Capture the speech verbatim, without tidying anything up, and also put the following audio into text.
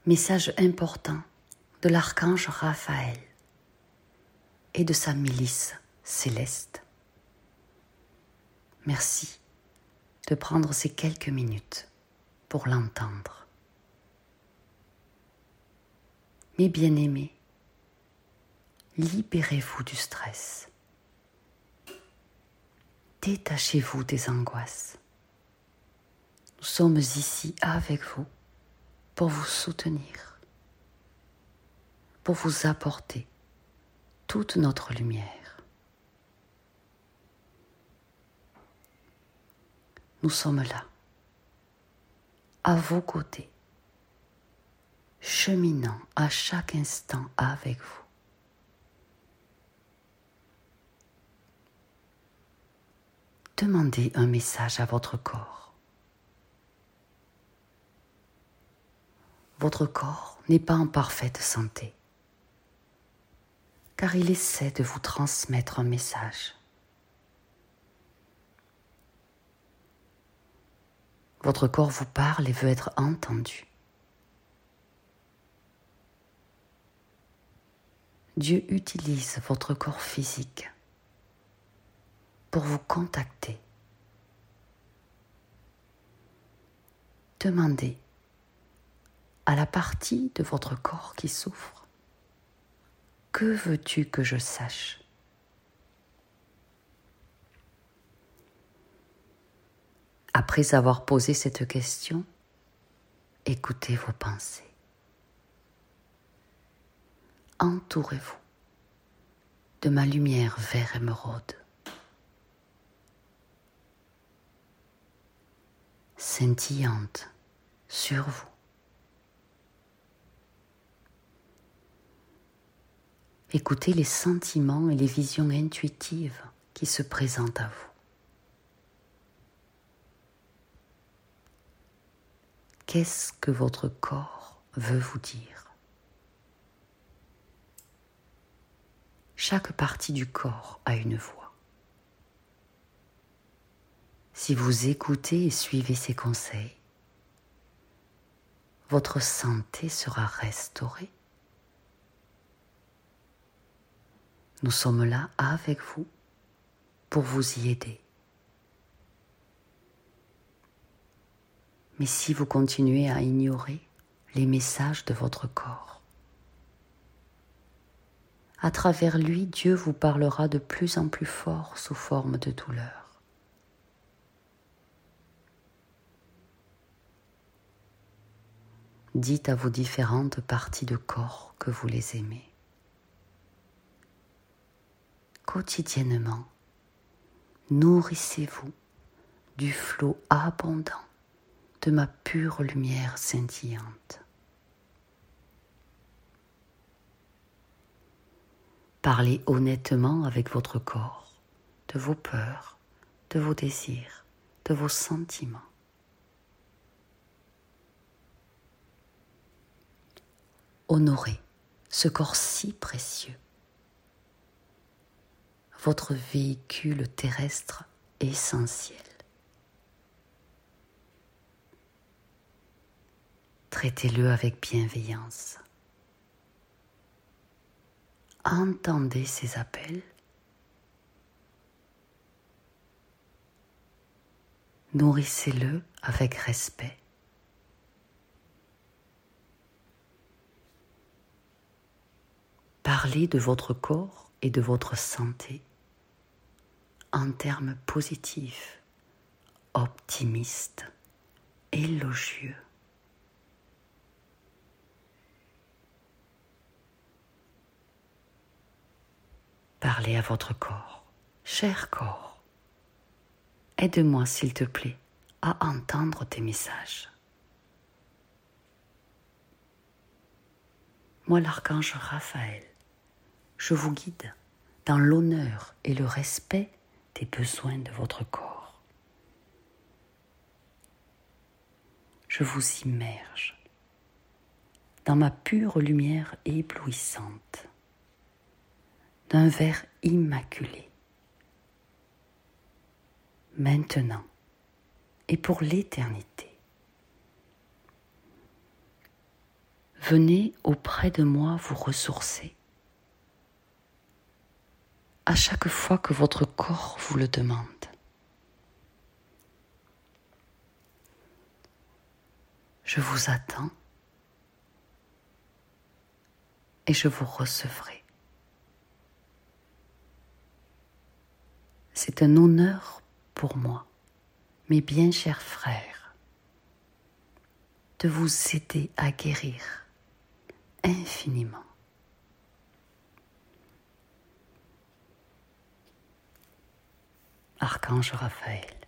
Message important de l'archange Raphaël et de sa milice céleste. Merci de prendre ces quelques minutes pour l'entendre. Mes bien-aimés, libérez-vous du stress. Détachez-vous des angoisses. Nous sommes ici avec vous pour vous soutenir, pour vous apporter toute notre lumière. Nous sommes là, à vos côtés, cheminant à chaque instant avec vous. Demandez un message à votre corps. Votre corps n'est pas en parfaite santé, car il essaie de vous transmettre un message. Votre corps vous parle et veut être entendu. Dieu utilise votre corps physique pour vous contacter. Demandez à la partie de votre corps qui souffre: que veux-tu que je sache? Après avoir posé cette question, écoutez vos pensées. Entourez-vous de ma lumière vert émeraude. Scintillante sur vous. Écoutez les sentiments et les visions intuitives qui se présentent à vous. Qu'est-ce que votre corps veut vous dire? Chaque partie du corps a une voix. Si vous écoutez et suivez ces conseils, votre santé sera restaurée. Nous sommes là avec vous pour vous y aider. Mais si vous continuez à ignorer les messages de votre corps, à travers lui, Dieu vous parlera de plus en plus fort sous forme de douleur. Dites à vos différentes parties de corps que vous les aimez. Quotidiennement, nourrissez-vous du flot abondant de ma pure lumière scintillante. Parlez honnêtement avec votre corps de vos peurs, de vos désirs, de vos sentiments. Honorez ce corps si précieux, votre véhicule terrestre essentiel. Traitez-le avec bienveillance. Entendez ses appels. Nourrissez-le avec respect. Parlez de votre corps et de votre santé en termes positifs, optimistes, élogieux. Parlez à votre corps. Cher corps, aide-moi s'il te plaît à entendre tes messages. Moi, l'archange Raphaël, je vous guide dans l'honneur et le respect des besoins de votre corps. Je vous immerge dans ma pure lumière éblouissante, d'un vert immaculé. Maintenant et pour l'éternité. Venez auprès de moi vous ressourcer. À chaque fois que votre corps vous le demande. Je vous attends et je vous recevrai. C'est un honneur pour moi, mes bien chers frères, de vous aider à guérir infiniment. Archange Raphaël.